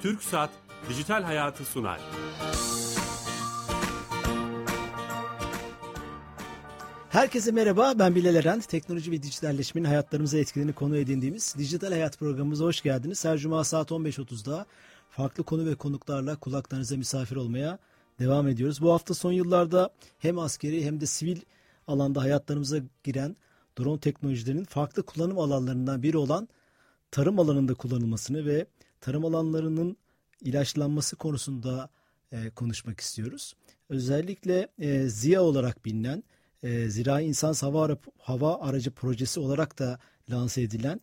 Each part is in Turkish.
TürkSat Dijital Hayatı sunar. Herkese merhaba, ben Bilal Eren. Teknoloji ve dijitalleşmenin hayatlarımıza etkilerini konu edindiğimiz Dijital Hayat programımıza hoş geldiniz. Her cuma saat 15.30'da farklı konu ve konuklarla kulaklarınıza misafir olmaya devam ediyoruz. Bu hafta son yıllarda hem askeri hem de sivil alanda hayatlarımıza giren drone teknolojilerinin farklı kullanım alanlarından biri olan tarım alanında kullanılmasını ve tarım alanlarının ilaçlanması konusunda konuşmak istiyoruz. Özellikle ZİA olarak bilinen Zirai İnsansız Hava Aracı projesi olarak da lanse edilen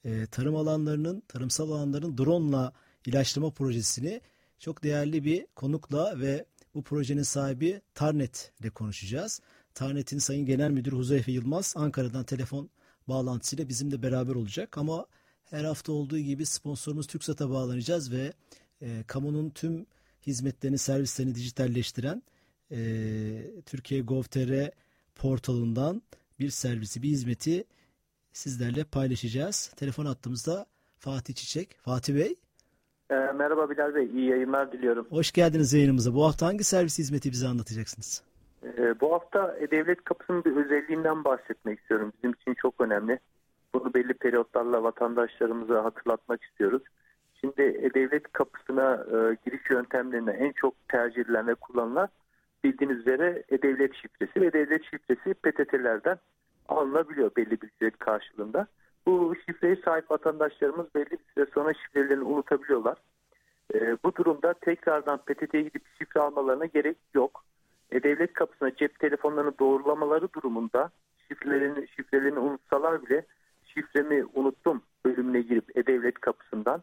tarımsal alanların drone'la ilaçlama projesini çok değerli bir konukla ve bu projenin sahibi Tarnet ile konuşacağız. Tarnet'in Sayın Genel Müdürü Huzeyfe Yılmaz Ankara'dan telefon bağlantısıyla bizimle beraber olacak. Ama her hafta olduğu gibi sponsorumuz TürkSat'a bağlanacağız ve kamunun tüm hizmetlerini, servislerini dijitalleştiren Türkiye Gov.tr portalından bir servisi, bir hizmeti sizlerle paylaşacağız. Telefon hattımızda Fatih Çiçek. Fatih Bey. Merhaba Bilal Bey, iyi yayınlar diliyorum. Hoş geldiniz yayınımıza. Bu hafta hangi servis hizmeti bize anlatacaksınız? Bu hafta devlet kapısının bir özelliğinden bahsetmek istiyorum. Bizim için çok önemli. Bunu belli periyotlarla vatandaşlarımıza hatırlatmak istiyoruz. Şimdi devlet kapısına giriş yöntemlerine en çok tercih edilen ve kullanılan bildiğiniz üzere devlet şifresi ve devlet şifresi PTT'lerden alınabiliyor belli bir ücret karşılığında. Bu şifreye sahip vatandaşlarımız belli bir süre sonra şifrelerini unutabiliyorlar. Bu durumda tekrardan PTT'ye gidip şifre almalarına gerek yok. Devlet kapısına cep telefonlarını doğrulamaları durumunda şifrelerini unutsalar bile şifremi unuttum bölümüne girip devlet kapısından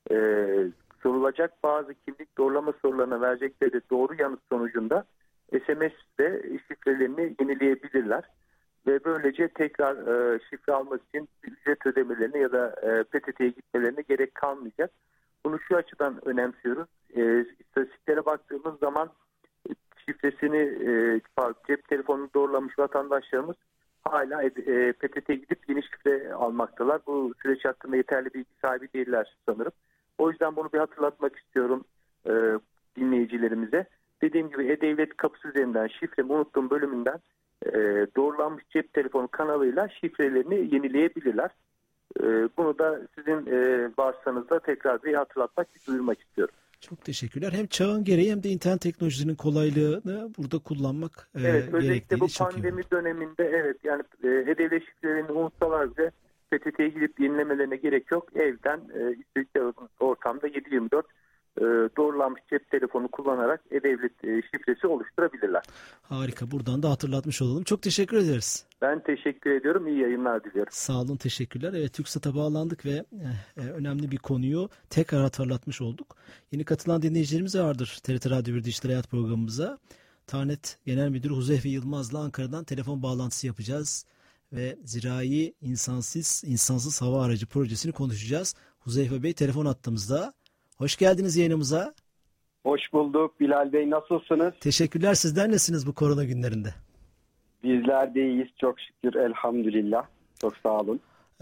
sorulacak bazı kimlik doğrulama sorularına verecekleri doğru yanıt sonucunda SMS'de şifrelerini yenileyebilirler. Ve böylece tekrar şifre almak için ücret ödemelerine ya da PTT'ye gitmelerine gerek kalmayacak. Bunu şu açıdan önemsiyoruz. İstatistiklere baktığımız zaman şifresini cep telefonunu doğrulamış vatandaşlarımız hala PTT'ye gidip yeni şifre almaktalar. Bu süreç hakkında yeterli bilgi sahibi değiller sanırım. O yüzden bunu bir hatırlatmak istiyorum dinleyicilerimize. Dediğim gibi E-Devlet kapısı üzerinden şifremi unuttuğum bölümünden doğrulanmış cep telefonu kanalıyla şifrelerini yenileyebilirler. Bunu da sizin vasıtanızda tekrar bir hatırlatmak, duyurmak istiyorum. Çok teşekkürler. Hem çağın gereği hem de internet teknolojilerinin kolaylığını burada kullanmak özellikle bu pandemi döneminde yani E-Devlet şifrelerini unutsalar bile PTT'ye gidip yenilemelerine gerek yok. Evden istedikleri ortamda 7/24 doğrulanmış cep telefonu kullanarak E-Devlet şifresi oluşturabilirler. Harika. Buradan da hatırlatmış olalım. Çok teşekkür ederiz. Ben teşekkür ediyorum. İyi yayınlar diliyorum. Sağ olun. Teşekkürler. Evet, TürkSat'a bağlandık ve önemli bir konuyu tekrar hatırlatmış olduk. Yeni katılan dinleyicilerimiz vardır TRT Radyo 1 Dijital Hayat programımıza. Tarnet Genel Müdürü Huzeyfe Yılmaz'la Ankara'dan telefon bağlantısı yapacağız ve Zirai İnsansız Hava Aracı projesini konuşacağız. Huzeyfe Bey telefon hattımızda. Hoş geldiniz yayınımıza. Hoş bulduk. Bilal Bey, nasılsınız? Teşekkürler. Sizler nasılsınız bu korona günlerinde? Bizler de iyiyiz. Çok şükür. Elhamdülillah. Çok sağ olun.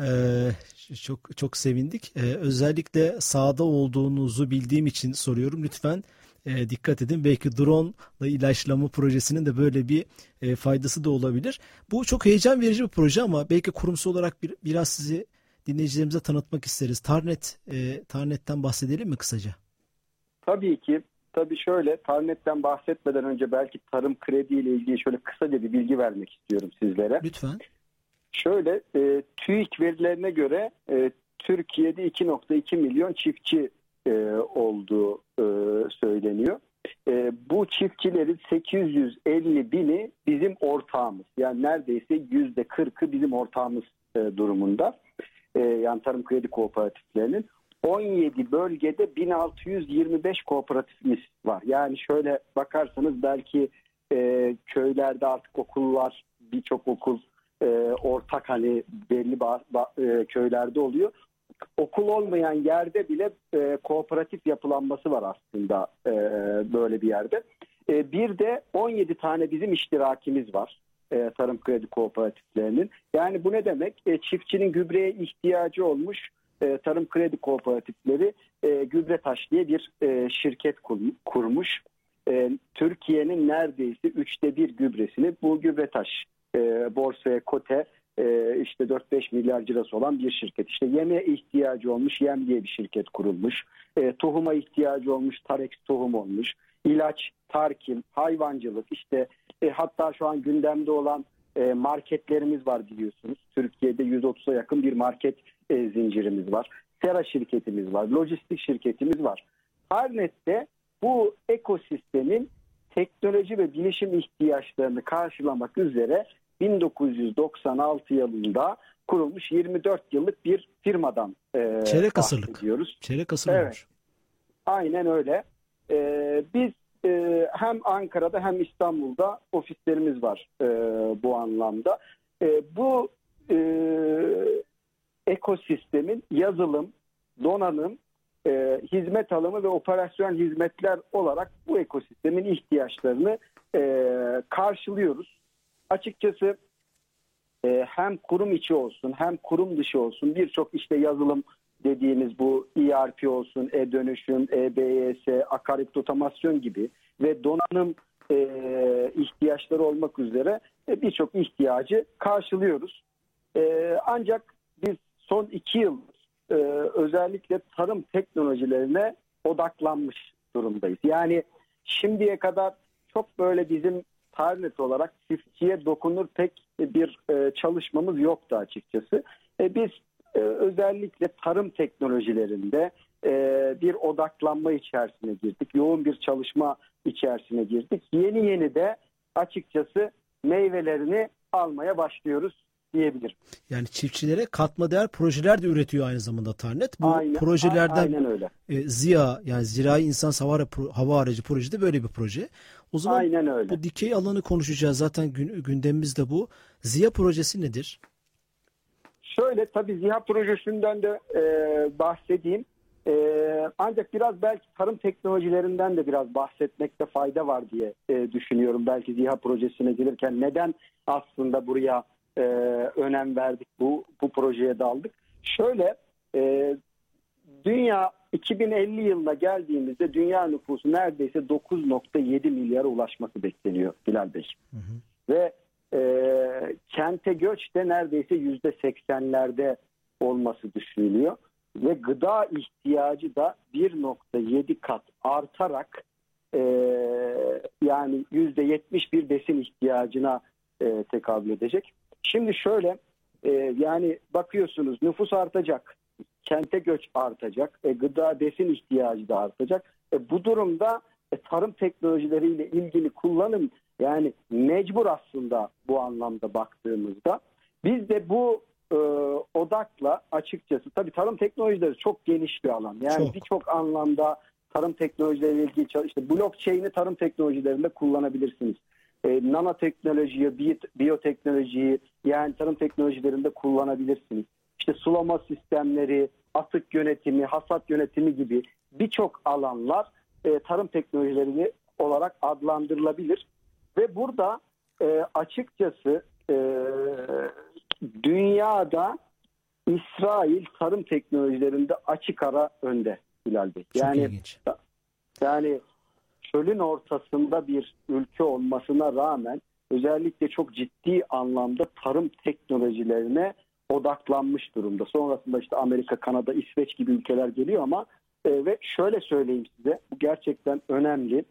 Çok sevindik. Özellikle sahada olduğunuzu bildiğim için soruyorum. Lütfen dikkat edin. Belki drone ile ilaçlama projesinin de böyle bir faydası da olabilir. Bu çok heyecan verici bir proje ama belki kurumsal olarak biraz sizi dinleyicilerimize tanıtmak isteriz. Tarnet'ten bahsedelim mi kısaca? Tabii ki. Tabii şöyle, Tarnet'ten bahsetmeden önce belki tarım kredi ile ilgili şöyle kısaca bir bilgi vermek istiyorum sizlere. Lütfen. Şöyle, TÜİK verilerine göre Türkiye'de 2.2 milyon çiftçi olduğu söyleniyor. Bu çiftçilerin 850 bini bizim ortağımız. Yani neredeyse %40'ı bizim ortağımız durumunda. Yani tarım kredi kooperatiflerinin 17 bölgede 1625 kooperatifimiz var. Yani şöyle bakarsanız belki köylerde artık okullar, birçok okul ortak hani belli köylerde oluyor. Okul olmayan yerde bile kooperatif yapılanması var aslında böyle bir yerde. Bir de 17 tane bizim iştirakimiz var. Tarım kredi kooperatiflerinin. Yani bu ne demek? Çiftçinin gübreye ihtiyacı olmuş. Tarım Kredi Kooperatifleri Gübretaş diye bir şirket kurmuş. Türkiye'nin neredeyse 1/3 gübresini bu Gübretaş borsaya kote işte 4-5 milyar cirası olan bir şirket. İşte yeme ihtiyacı olmuş Yem diye bir şirket kurulmuş. Tohuma ihtiyacı olmuş Tarex tohum olmuş. İlaç, tarkim, hayvancılık işte hatta şu an gündemde olan marketlerimiz var biliyorsunuz. Türkiye'de 130'a yakın bir market zincirimiz var. Sera şirketimiz var. Lojistik şirketimiz var. Tarnet'te bu ekosistemin teknoloji ve bilişim ihtiyaçlarını karşılamak üzere 1996 yılında kurulmuş 24 yıllık bir firmadan Çeyrek asırlık. bahsediyoruz. Çeyrek asırlık. Evet. Aynen öyle. Biz hem Ankara'da hem İstanbul'da ofislerimiz var bu anlamda. Bu ekosistemin yazılım, donanım, hizmet alımı ve operasyon hizmetler olarak bu ekosistemin ihtiyaçlarını karşılıyoruz. Açıkçası hem kurum içi olsun hem kurum dışı olsun birçok işte yazılım dediğimiz bu ERP olsun, e-dönüşüm, EBS, akaryakıt otomasyon gibi ve donanım ihtiyaçları olmak üzere birçok ihtiyacı karşılıyoruz. Ancak biz son 2 yıldır özellikle tarım teknolojilerine odaklanmış durumdayız. Yani şimdiye kadar çok böyle bizim Tarnet olarak çiftçiye dokunur pek bir çalışmamız yoktu açıkçası. Biz özellikle tarım teknolojilerinde bir odaklanma içerisine girdik. Yoğun bir çalışma içerisine girdik. Yeni de açıkçası meyvelerini almaya başlıyoruz diyebilirim. Yani çiftçilere katma değer projeler de üretiyor aynı zamanda Tarnet. Bu projelerden aynen öyle. ZİA yani Zirai İnsan Hava Aracı projesi de böyle bir proje. O zaman aynen öyle. Bu dikey alanı konuşacağız. Zaten gündemimiz de bu. ZİA projesi nedir? Şöyle tabii ZİA projesinden de bahsedeyim. Ancak biraz belki tarım teknolojilerinden de biraz bahsetmekte fayda var diye düşünüyorum. Belki ZİA projesine gelirken neden aslında buraya önem verdik, bu projeye daldık. Şöyle dünya 2050 yılına geldiğimizde dünya nüfusu neredeyse 9,7 milyara ulaşması bekleniyor Bilal Bey. Hı hı. Ve kente göç de neredeyse %80'lerde olması düşünülüyor. Ve gıda ihtiyacı da 1,7 kat artarak yani %71 besin ihtiyacına tekabül edecek. Şimdi şöyle yani bakıyorsunuz nüfus artacak, kente göç artacak, gıda besin ihtiyacı da artacak. Bu durumda tarım teknolojileriyle ilgili kullanım yani mecbur aslında bu anlamda baktığımızda. Biz de bu odakla açıkçası tabii tarım teknolojileri çok geniş bir alan. Yani birçok anlamda tarım teknolojileriyle ilgili işte blockchain'i tarım teknolojilerinde kullanabilirsiniz. Nanoteknolojiyi, biyoteknolojiyi yani tarım teknolojilerinde kullanabilirsiniz. İşte sulama sistemleri, atık yönetimi, hasat yönetimi gibi birçok alanlar tarım teknolojileri olarak adlandırılabilir. Ve burada açıkçası dünyada İsrail tarım teknolojilerinde açık ara önde Bilal Bey. Yani çölün ortasında bir ülke olmasına rağmen özellikle çok ciddi anlamda tarım teknolojilerine odaklanmış durumda. Sonrasında işte Amerika, Kanada, İsveç gibi ülkeler geliyor ama ve şöyle söyleyeyim size, bu gerçekten önemli.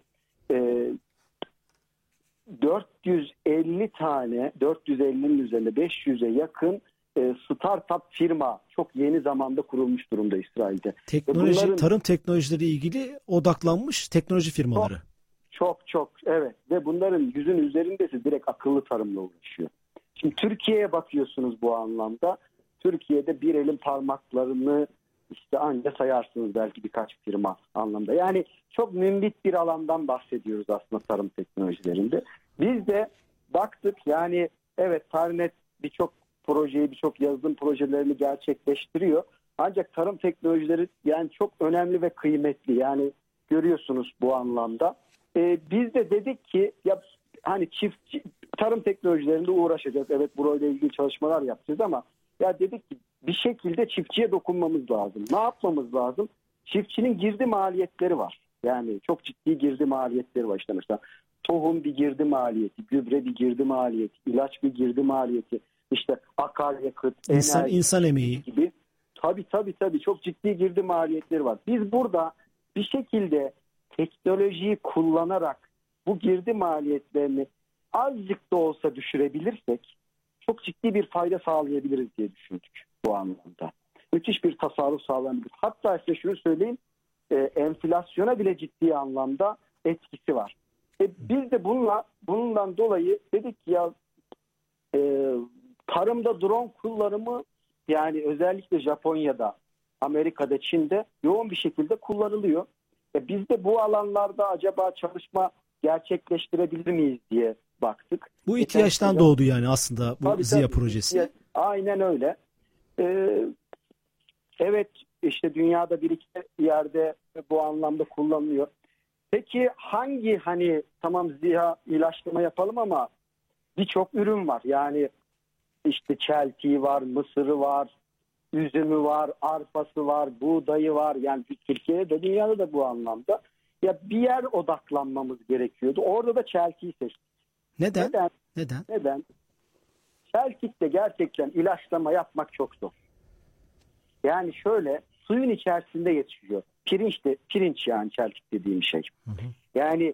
450'nin üzerinde 500'e yakın startup firma çok yeni zamanda kurulmuş durumda İsrail'de. Tarım teknolojileri ilgili odaklanmış teknoloji firmaları. Çok evet ve bunların yüzün üzerindesi direkt akıllı tarımla uğraşıyor. Şimdi Türkiye'ye bakıyorsunuz bu anlamda. Türkiye'de bir elin parmaklarını işte anca sayarsınız belki birkaç firma anlamda. Yani çok mümbit bir alandan bahsediyoruz aslında tarım teknolojilerinde. Biz de baktık yani evet Tarnet birçok projeyi, birçok yazılım projelerini gerçekleştiriyor. Ancak tarım teknolojileri yani çok önemli ve kıymetli. Yani görüyorsunuz bu anlamda. Biz de dedik ki ya hani tarım teknolojilerinde uğraşacağız. Evet burayla ilgili çalışmalar yapacağız ama ya dedik ki bir şekilde çiftçiye dokunmamız lazım. Ne yapmamız lazım? Çiftçinin girdi maliyetleri var. Yani çok ciddi girdi maliyetleri var. İşte mesela tohum bir girdi maliyeti, gübre bir girdi maliyeti, ilaç bir girdi maliyeti, işte akaryakıt, enerji insan emeği gibi. Tabii çok ciddi girdi maliyetleri var. Biz burada bir şekilde teknolojiyi kullanarak bu girdi maliyetlerini azıcık da olsa düşürebilirsek çok ciddi bir fayda sağlayabiliriz diye düşündük bu anlamda. Müthiş bir tasarruf sağlanabilir. Hatta size şunu söyleyeyim, enflasyona bile ciddi anlamda etkisi var. Biz de bundan dolayı dedik ki ya tarımda drone kullanımı, yani özellikle Japonya'da, Amerika'da, Çin'de yoğun bir şekilde kullanılıyor. Biz de bu alanlarda acaba çalışma gerçekleştirebilir miyiz diye baktık. Bu ihtiyaçtan doğdu yani aslında bu ZİA projesi. Aynen öyle. Evet, işte dünyada bir iki yerde bu anlamda kullanılıyor. Peki hangi, tamam ZİA ilaçlama yapalım ama birçok ürün var. Yani işte çeltiği var, mısırı var, üzümü var, arpası var, buğdayı var. Yani Türkiye'de de dünyada da bu anlamda. Ya bir yer odaklanmamız gerekiyordu. Orada da çeltiği seçtik. Neden? Çeltikte gerçekten ilaçlama yapmak çok zor. Yani şöyle, suyun içerisinde yetişiyor. Pirinç yani çeltik dediğim şey. Hı hı. Yani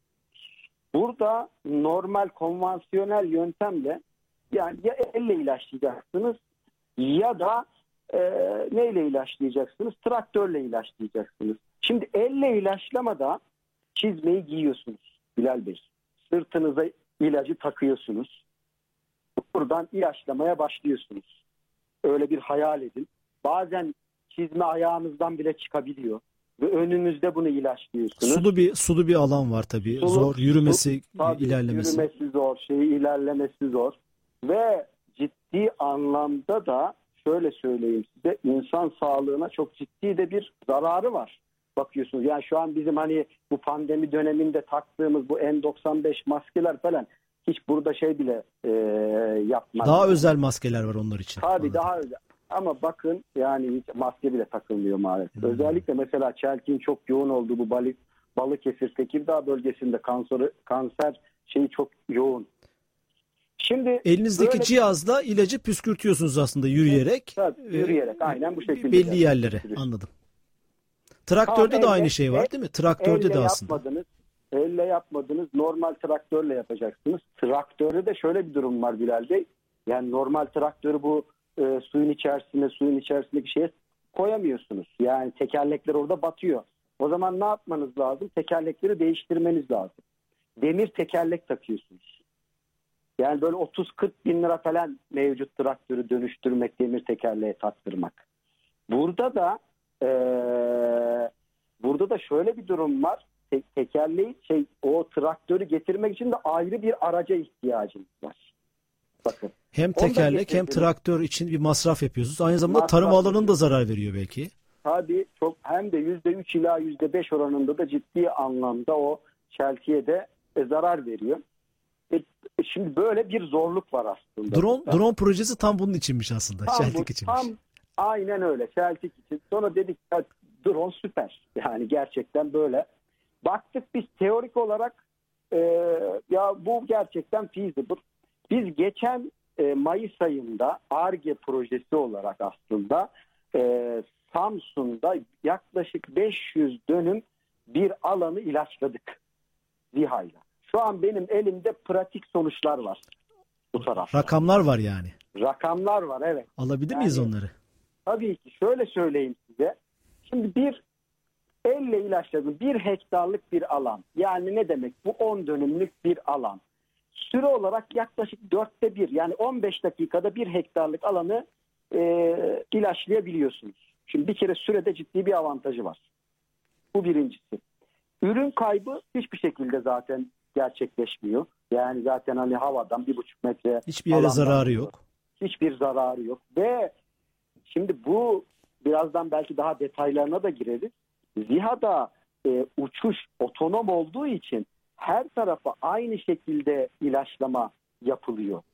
burada normal konvansiyonel yöntemle, yani ya elle ilaçlayacaksınız ya da neyle ilaçlayacaksınız? Traktörle ilaçlayacaksınız. Şimdi elle ilaçlamada çizmeyi giyiyorsunuz Bilal Bey. Sırtınıza ilacı takıyorsunuz. Buradan ilaçlamaya başlıyorsunuz. Öyle bir hayal edin. Bazen çizme ayağınızdan bile çıkabiliyor. Ve önünüzde bunu ilaçlıyorsunuz. Sulu bir alan var tabii. Zor. Yürümesi, ilerlemesi. Yürümesi zor. İlerlemesi zor. Ve ciddi anlamda da şöyle söyleyeyim size, insan sağlığına çok ciddi de bir zararı var. Bakıyorsunuz yani şu an bizim bu pandemi döneminde taktığımız bu N95 maskeler falan hiç burada bile yapmaz. Daha özel maskeler var onlar için. Tabii daha özel. Ama bakın yani hiç maske bile takılmıyor maalesef. Özellikle mesela çeltiğin çok yoğun olduğu bu Balıkesir, Tekirdağ bölgesinde kanser çok yoğun. Şimdi elinizdeki cihazla ilacı püskürtüyorsunuz aslında yürüyerek. Tabii, yürüyerek aynen bu şekilde. Belli yerlere. Anladım. Traktörde de aynı şey var değil mi? Traktörde de aslında. Elle yapmadınız. Normal traktörle yapacaksınız. Traktörde de şöyle bir durum var Bilal Bey. Yani normal traktörü bu suyun içerisindeki şeye koyamıyorsunuz. Yani tekerlekler orada batıyor. O zaman ne yapmanız lazım? Tekerlekleri değiştirmeniz lazım. Demir tekerlek takıyorsunuz. Yani böyle 30-40 bin lira falan mevcut traktörü dönüştürmek, demir tekerleğe taktırmak. Burada da şöyle bir durum var. Tekerleği o traktörü getirmek için de ayrı bir araca ihtiyacınız var. Bakın. Hem tekerlek hem traktör için bir masraf yapıyorsunuz. Aynı zamanda tarım alanına da zarar veriyor belki. Tabii çok, hem de %3 ila %5 oranında da ciddi anlamda o çeltiğe de zarar veriyor. Şimdi böyle bir zorluk var aslında. Drone projesi tam bunun içinmiş aslında. Çeltik içinmiş. Aynen öyle. Çeltik için. Sonra dedik ya drone süper. Yani gerçekten böyle. Baktık biz teorik olarak ya bu gerçekten feasible. Biz geçen Mayıs ayında Ar-Ge projesi olarak aslında Samsun'da yaklaşık 500 dönüm bir alanı ilaçladık ZİHA'yla. Şu an benim elimde pratik sonuçlar var bu tarafta. Rakamlar var yani. Rakamlar var, evet. Alabilir miyiz onları? Tabii ki. Şöyle söyleyeyim size. Şimdi bir elle ilaçladım. 1 hektarlık bir alan. Yani ne demek? Bu 10 dönümlük bir alan. Süre olarak yaklaşık 1/4 yani 15 dakikada 1 hektarlık alanı ilaçlayabiliyorsunuz. Şimdi bir kere sürede ciddi bir avantajı var. Bu birincisi. Ürün kaybı hiçbir şekilde zaten gerçekleşmiyor. Yani zaten havadan 1,5 metre hiçbir yere zararı yok. Hiçbir zararı yok. Ve şimdi bu birazdan belki daha detaylarına da gireriz. ZİHA'da uçuş otonom olduğu için her tarafa aynı şekilde ilaçlama yapılıyor.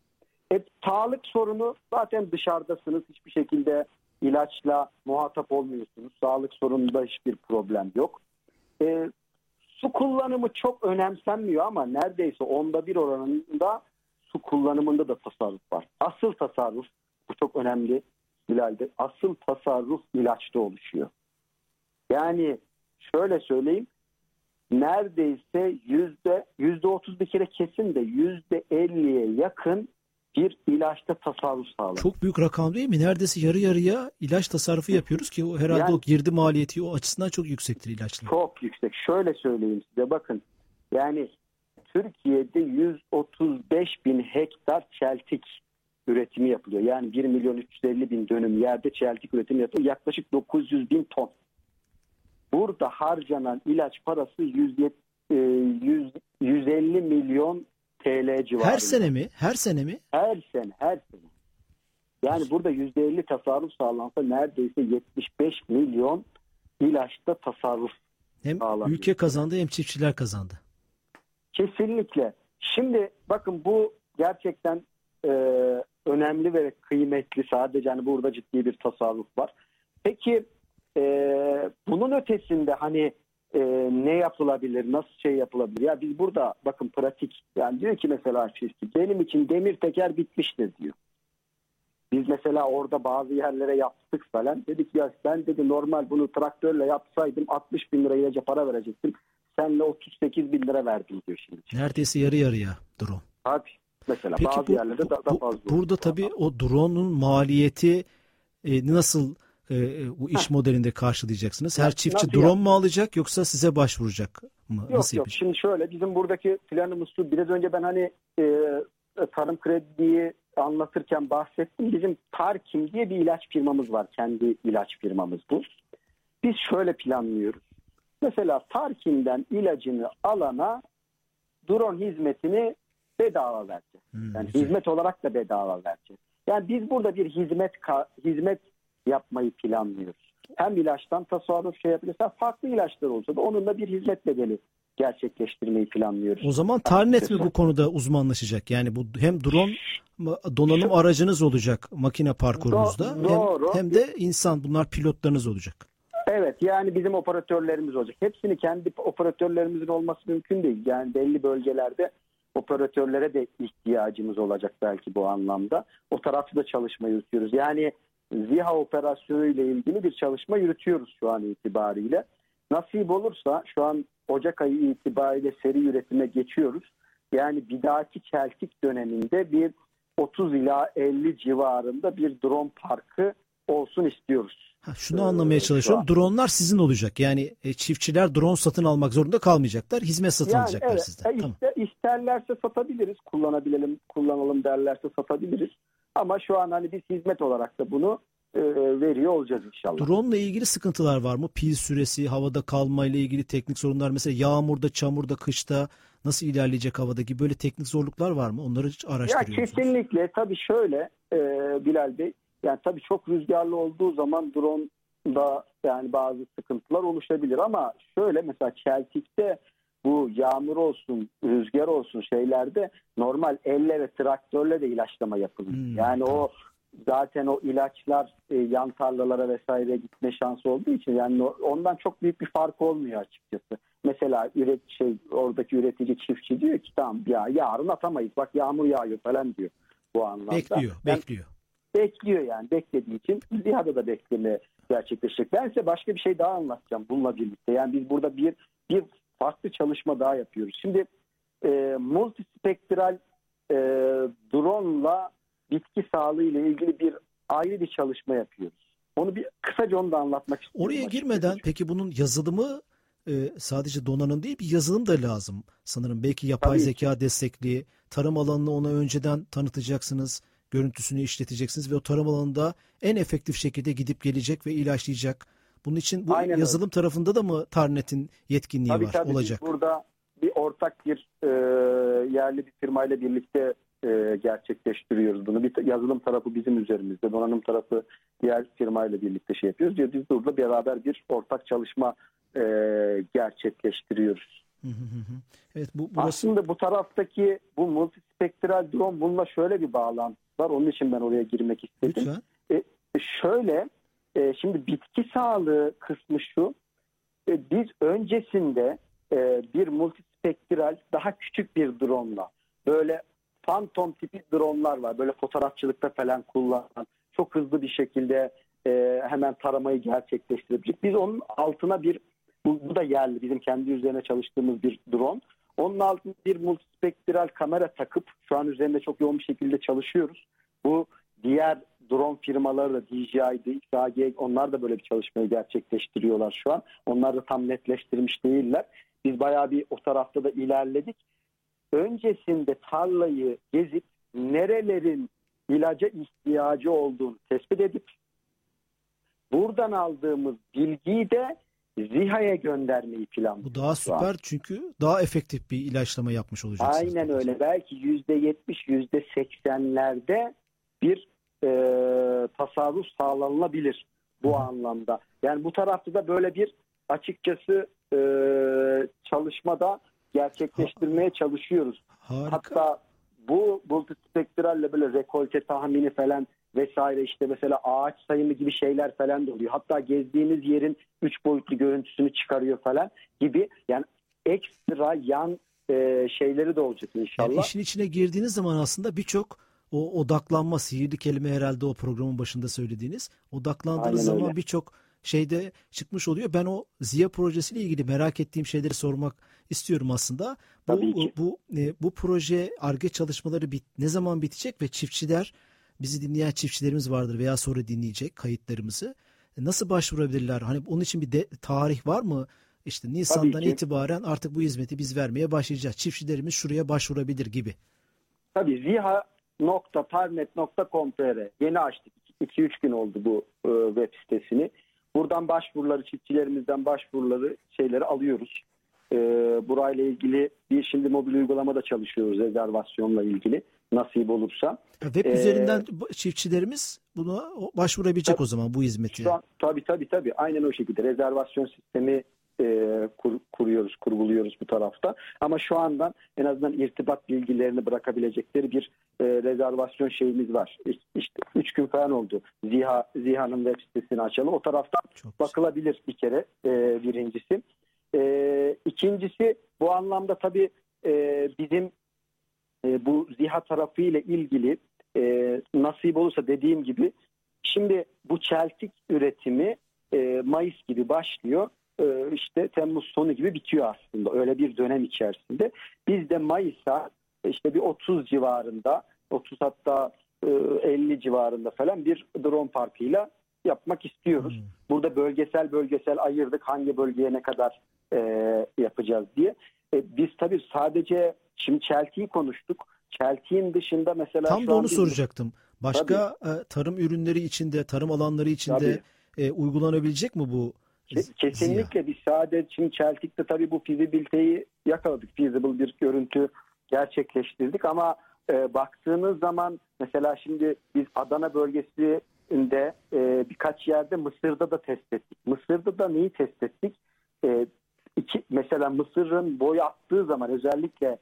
Sağlık sorunu zaten dışarıdasınız. Hiçbir şekilde ilaçla muhatap olmuyorsunuz. Sağlık sorununda hiçbir problem yok. Su kullanımı çok önemsenmiyor ama neredeyse 1/10 oranında su kullanımında da tasarruf var. Asıl tasarruf, bu çok önemli Bilal'de, asıl tasarruf ilaçta oluşuyor. Yani şöyle söyleyeyim, neredeyse %30 bir kere kesin de %50'ye yakın bir ilaçta tasarruf sağlar. Çok büyük rakam değil mi? Neredeyse yarı yarıya ilaç tasarrufu yapıyoruz ki o herhalde Yani, o girdi maliyeti o açısından çok yüksektir ilaçla. Çok yüksek. Şöyle söyleyeyim size, bakın. Yani Türkiye'de 135 bin hektar çeltik üretimi yapılıyor. Yani 1.350.000 dönüm yerde çeltik üretimi yapılıyor. Yaklaşık 900 bin ton. Burada harcanan ilaç parası 150 milyon TL civarında. Her sene mi? Her sene mi? Her sene. Yani burada %50 tasarruf sağlansa neredeyse 75 milyon ilaçta tasarruf Hem sağlanıyor. ülke kazandı hem çiftçiler kazandı. Kesinlikle. Şimdi bakın, bu gerçekten önemli ve kıymetli. Sadece hani burada ciddi bir tasarruf var. Peki bunun ötesinde hani ne yapılabilir, nasıl şey yapılabilir? Ya biz burada bakın pratik, yani diyor ki mesela çiftçi, benim için demir teker bitmiştir diyor. Biz mesela orada bazı yerlere yaptık falan. Dedik ya, ben dedi normal bunu traktörle yapsaydım 60 bin lira ilaca para verecektim. Senle 38 bin lira verdim diyor şimdi. Neredeyse yarı yarıya drone. Tabii. Mesela Peki bazı yerlerde daha fazla. Burada tabii o drone'un maliyeti nasıl bu iş modelinde karşılayacaksınız? Her çiftçi nasıl drone mu alacak yoksa size başvuracak mı? Yok Nasıl yok. yapacak? Şimdi şöyle, bizim buradaki planımız şu. Biraz önce ben hani tarım krediyi anlatırken bahsettim. Bizim Tarkim diye bir ilaç firmamız var. Kendi ilaç firmamız bu. Biz şöyle planlıyoruz. Mesela Tarkim'den ilacını alana drone hizmetini bedava vereceğiz. Yani güzel. hizmet olarak da bedava vereceğiz. Yani biz burada bir hizmet yapmayı planlıyoruz. Hem ilaçtan tasarruf şey yapacağız. Farklı ilaçlar olsa da onunla bir hizmet bedeli gerçekleştirmeyi planlıyoruz. O zaman Tarnet mi bu konuda uzmanlaşacak? Yani bu hem drone donanım aracınız olacak makine parkurunuzda Doğru. hem de insan, bunlar pilotlarınız olacak. Evet, yani bizim operatörlerimiz olacak. Hepsini kendi operatörlerimizin olması mümkün değil. Yani belli bölgelerde operatörlere de ihtiyacımız olacak belki bu anlamda. O tarafta da çalışma yürütüyoruz. Yani ZİHA operasyonu ile ilgili bir çalışma yürütüyoruz şu an itibariyle. Nasip olursa şu an Ocak ayı itibariyle seri üretime geçiyoruz. Yani bir dahaki çeltik döneminde bir 30 ila 50 civarında bir drone parkı olsun istiyoruz. Şunu anlamaya çalışıyorum. Dronlar sizin olacak. Yani çiftçiler drone satın almak zorunda kalmayacaklar. Hizmet satın alacaklar evet, sizden. Tamam. İsterlerse satabiliriz. Kullanalım derlerse satabiliriz. Ama şu an hani biz hizmet olarak da bunu veriyor olacağız inşallah. Drone ile ilgili sıkıntılar var mı? Pil süresi, havada kalma ile ilgili teknik sorunlar, mesela yağmurda, çamurda, kışta nasıl ilerleyecek havada gibi böyle teknik zorluklar var mı? Onları hiç araştırıyor musunuz? Kesinlikle. Tabii şöyle Bilal Bey, yani tabii çok rüzgarlı olduğu zaman drone'da yani bazı sıkıntılar oluşabilir ama şöyle, mesela çeltikte bu yağmur olsun, rüzgar olsun şeylerde normal elle ve traktörle de ilaçlama yapılıyor. Yani o zaten o ilaçlar yan tarlalara vesaire gitme şansı olduğu için yani ondan çok büyük bir fark olmuyor açıkçası. Mesela oradaki üretici, çiftçi diyor ki tamam ya, yarın atamayız, bak yağmur yağıyor falan diyor bu anlamda. Bekliyor yani, beklediği için ZİHA'da da bekleme gerçekleşecek. Ben size başka bir şey daha anlatacağım bununla birlikte. Yani biz burada bir farklı çalışma daha yapıyoruz. Şimdi multispektral drone'la bitki sağlığı ile ilgili ayrı bir çalışma yapıyoruz. Onu kısaca onu da anlatmak istiyorum. Oraya girmeden peki bunun yazılımı sadece donanım değil, bir yazılım da lazım sanırım. Belki yapay zeka destekli, tarım alanını ona önceden tanıtacaksınız, görüntüsünü işleteceksiniz ve o tarım alanında en efektif şekilde gidip gelecek ve ilaçlayacak. Bunun için bu yazılım tarafında da mı Tarnet'in yetkinliği var, olacak? Biz burada bir ortak yerli bir firmayla birlikte gerçekleştiriyoruz bunu. Bir yazılım tarafı bizim üzerimizde, donanım tarafı diğer firmayla birlikte yapıyoruz. Biz burada beraber bir ortak çalışma gerçekleştiriyoruz. Evet, Aslında bu taraftaki bu multispektral drone bununla şöyle bir bağlantısı var. Onun için ben oraya girmek istedim. Lütfen. Şöyle, şimdi bitki sağlığı kısmı şu. Biz öncesinde bir multispektral daha küçük bir drone'la, böyle Phantom tipi drone'lar var. Böyle fotoğrafçılıkta falan kullanılan, çok hızlı bir şekilde hemen taramayı gerçekleştirebilecek. Biz onun altına bu da yerli, bizim kendi üzerine çalıştığımız bir drone. Onun altına bir multispektral kamera takıp şu an üzerinde çok yoğun bir şekilde çalışıyoruz. Bu diğer drone firmaları da DJI, XAG, onlar da böyle bir çalışmayı gerçekleştiriyorlar şu an. Onlar da tam netleştirmiş değiller. Biz bayağı bir o tarafta da ilerledik. Öncesinde tarlayı gezip nerelerin ilaca ihtiyacı olduğunu tespit edip buradan aldığımız bilgiyi de ZİHA'ya göndermeyi planlıyoruz. Bu daha süper çünkü daha efektif bir ilaçlama yapmış olacaksınız. Aynen öyle. Belki %70, %80'lerde bir tasarruf sağlanılabilir bu anlamda. Yani bu tarafta da böyle bir açıkçası çalışmada gerçekleştirmeye çalışıyoruz. Harika. Hatta bu multispektralle böyle rekolte tahmini falan vesaire, işte mesela ağaç sayımı gibi şeyler falan da oluyor. Hatta gezdiğimiz yerin 3 boyutlu görüntüsünü çıkarıyor falan gibi. Yani ekstra yan şeyleri de olacak inşallah. Yani işin içine girdiğiniz zaman aslında birçok o odaklanma, sihirli kelime herhalde o programın başında söylediğiniz, odaklandığınız Aynen zaman öyle. birçok şeyde çıkmış oluyor. Ben o ZİHA projesiyle ilgili merak ettiğim şeyleri sormak istiyorum aslında. Tabii ki. Bu proje, Ar-Ge çalışmaları ne zaman bitecek ve çiftçiler, bizi dinleyen çiftçilerimiz vardır veya sonra dinleyecek kayıtlarımızı. Nasıl başvurabilirler? Hani onun için bir tarih var mı? İşte Nisan'dan itibaren artık bu hizmeti biz vermeye başlayacağız. Çiftçilerimiz şuraya başvurabilir gibi. Tabii ziha.parnet.com.tr yeni açtık. 2-3 gün oldu bu web sitesini. Buradan başvuruları, çiftçilerimizden başvuruları şeyleri alıyoruz. Burayla ilgili şimdi mobil uygulamada çalışıyoruz, rezervasyonla ilgili nasip olursa. Web üzerinden çiftçilerimiz buna başvurabilecek o zaman bu hizmeti. Şu an, tabii. Aynen o şekilde rezervasyon sistemi kurguluyoruz bu tarafta. Ama şu andan en azından irtibat bilgilerini bırakabilecekleri bir rezervasyon şeyimiz var. İşte 3 gün falan oldu ZİHA'nın web sitesini açalı. O taraftan bakılabilir bir kere, birincisi. İkincisi, bu anlamda tabii bizim bu ZİHA tarafı ile ilgili nasip olursa dediğim gibi, şimdi bu çeltik üretimi Mayıs gibi başlıyor. İşte Temmuz sonu gibi bitiyor aslında. Öyle bir dönem içerisinde. Biz de Mayıs'a işte bir 30 civarında, 30 hatta 50 civarında falan bir drone parkıyla yapmak istiyoruz. Burada bölgesel ayırdık hangi bölgeye ne kadar yapacağız diye. Biz tabii sadece şimdi çeltiği konuştuk. Çeltiğin dışında mesela tam da onu soracaktım. Başka tarım ürünleri içinde, tarım alanları içinde uygulanabilecek mi bu? Kesinlikle. Biz sadece şimdi çeltikte tabii bu fizibiliteyi yakaladık. Feasible bir görüntü gerçekleştirdik ama baktığınız zaman mesela şimdi biz Adana bölgesinde birkaç yerde Mısır'da da test ettik. Mısır'da da neyi test ettik? Mesela Mısır'ın boyu attığı zaman özellikle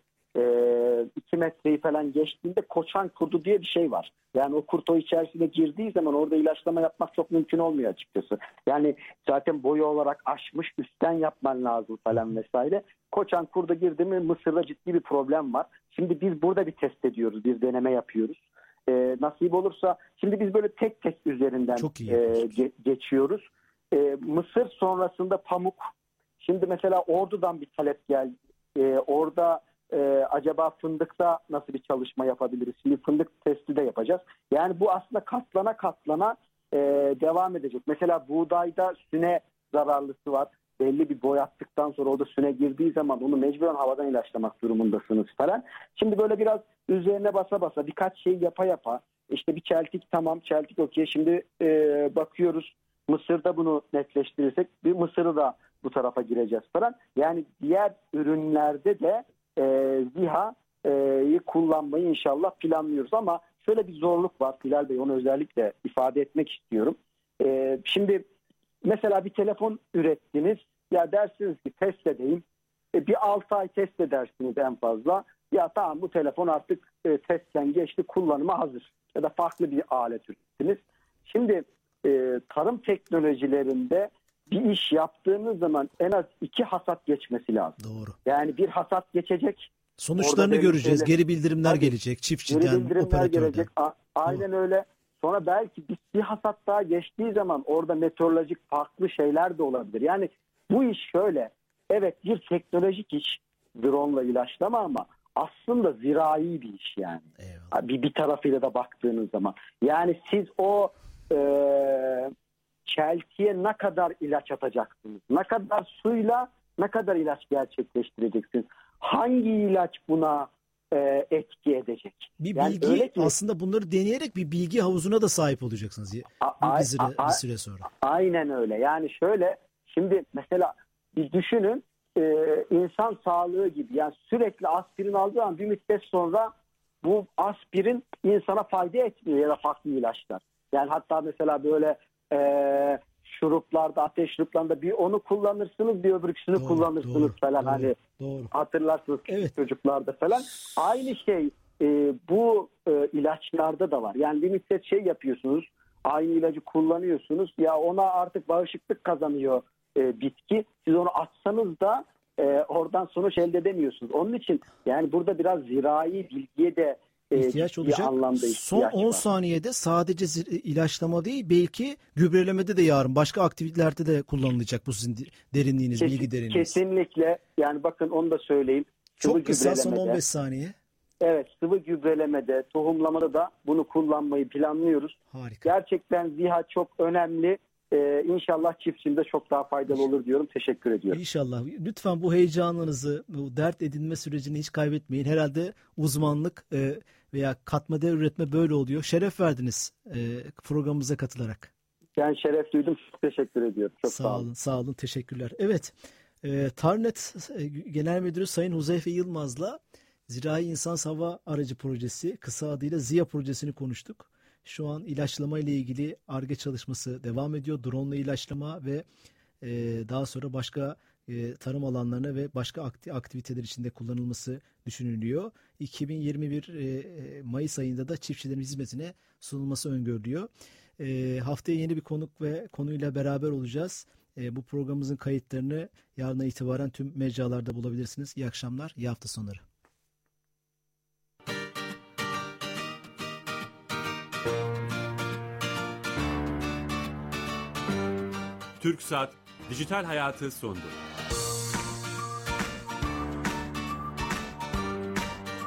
2 metreyi falan geçtiğinde koçan kurdu diye bir şey var. Yani o kurt o içerisine girdiği zaman orada ilaçlama yapmak çok mümkün olmuyor açıkçası. Yani zaten boyu olarak aşmış, üstten yapman lazım falan vesaire. Koçan kurda girdi mi Mısır'da ciddi bir problem var. Şimdi biz burada bir test ediyoruz, bir deneme yapıyoruz. Nasip olursa şimdi biz böyle tek üzerinden geçiyoruz. Mısır sonrasında pamuk. Şimdi mesela Ordu'dan bir talep geldi. Orada acaba fındıkta nasıl bir çalışma yapabiliriz? Şimdi fındık testi de yapacağız. Yani bu aslında katlana devam edecek. Mesela buğdayda süne zararlısı var. Belli bir boy attıktan sonra orada süne girdiği zaman onu mecburen havadan ilaçlamak durumundasınız falan. Şimdi böyle biraz üzerine basa birkaç şey yapa işte bir çeltik tamam, çeltik okey. Şimdi bakıyoruz Mısır'da bunu netleştirirsek bir Mısır'ı da bu tarafa gireceğiz falan. Yani diğer ürünlerde de ZİHA'yı kullanmayı inşallah planlıyoruz ama şöyle bir zorluk var Hilal Bey, onu özellikle ifade etmek istiyorum. Şimdi mesela bir telefon ürettiniz, ya dersiniz ki test edeyim, bir 6 ay test edersiniz en fazla, ya tamam bu telefon artık testten geçti, kullanıma hazır. Ya da farklı bir alet ürettiniz. Şimdi tarım teknolojilerinde bir iş yaptığınız zaman en az 2 hasat geçmesi lazım. Doğru. Yani bir hasat geçecek. Sonuçlarını göreceğiz. Geri bildirimler gelecek. Çiftçiden, geri bildirimler operatörden. gelecek. Aynen öyle. Sonra belki bir hasat daha geçtiği zaman orada meteorolojik farklı şeyler de olabilir. Yani bu iş şöyle. Evet, bir teknolojik iş, drone'la ilaçlama, ama aslında zirai bir iş yani. Bir tarafıyla da baktığınız zaman. Yani siz o çeltiye ne kadar ilaç atacaksınız? Ne kadar suyla ne kadar ilaç gerçekleştireceksiniz? Hangi ilaç buna etki edecek? Bir yani bilgi, aslında bunları deneyerek bir bilgi havuzuna da sahip olacaksınız bir süre sonra. Aynen öyle. Yani şöyle, şimdi mesela bir düşünün, insan sağlığı gibi, yani sürekli aspirin aldığı an bir müddet sonra bu aspirin insana fayda etmiyor ya da farklı ilaçlar. Yani hatta mesela böyle şuruplarda, ateş şuruplarında bir onu kullanırsınız, bir öbürküsünü kullanırsınız falan. Hani hatırlarsınız çocuklarda falan. Aynı şey bu ilaçlarda da var. Yani bir müddet şey yapıyorsunuz, aynı ilacı kullanıyorsunuz. Ya ona artık bağışıklık kazanıyor bitki. Siz onu atsanız da oradan sonuç elde edemiyorsunuz. Onun için yani burada biraz zirai bilgiye de ihtiyaç olacak. Son 10 saniyede sadece ilaçlama değil, belki gübrelemede de yarın başka aktivitelerde de kullanılacak bu sizin derinliğiniz, bilgi derinliğiniz. Kesinlikle. Yani bakın onu da söyleyeyim. Çok kısa, son 15 saniye. Evet, sıvı gübrelemede, tohumlamada da bunu kullanmayı planlıyoruz. Harika. Gerçekten ZİHA çok önemli. İnşallah çiftçimde çok daha faydalı olur diyorum. Teşekkür ediyorum. İnşallah. Lütfen bu heyecanınızı, bu dert edinme sürecini hiç kaybetmeyin. Herhalde uzmanlık veya katma değer üretme böyle oluyor. Şeref verdiniz programımıza katılarak. Ben şeref duydum. Çok teşekkür ediyorum. Çok sağ olun. Sağ olun. Teşekkürler. Evet. Tarnet Genel Müdürü Sayın Huzeyfe Yılmaz'la Zirai İnsan Hava Aracı Projesi, kısa adıyla ZİHA projesini konuştuk. Şu an ilaçlama ile ilgili Ar-Ge çalışması devam ediyor. Drone ile ilaçlama ve daha sonra başka tarım alanlarına ve başka aktiviteler içinde kullanılması düşünülüyor. 2021 Mayıs ayında da çiftçilerin hizmetine sunulması öngörülüyor. Haftaya yeni bir konuk ve konuyla beraber olacağız. Bu programımızın kayıtlarını yarına itibaren tüm mecralarda bulabilirsiniz. İyi akşamlar, iyi hafta sonları. TürkSat Dijital Hayatı sondu.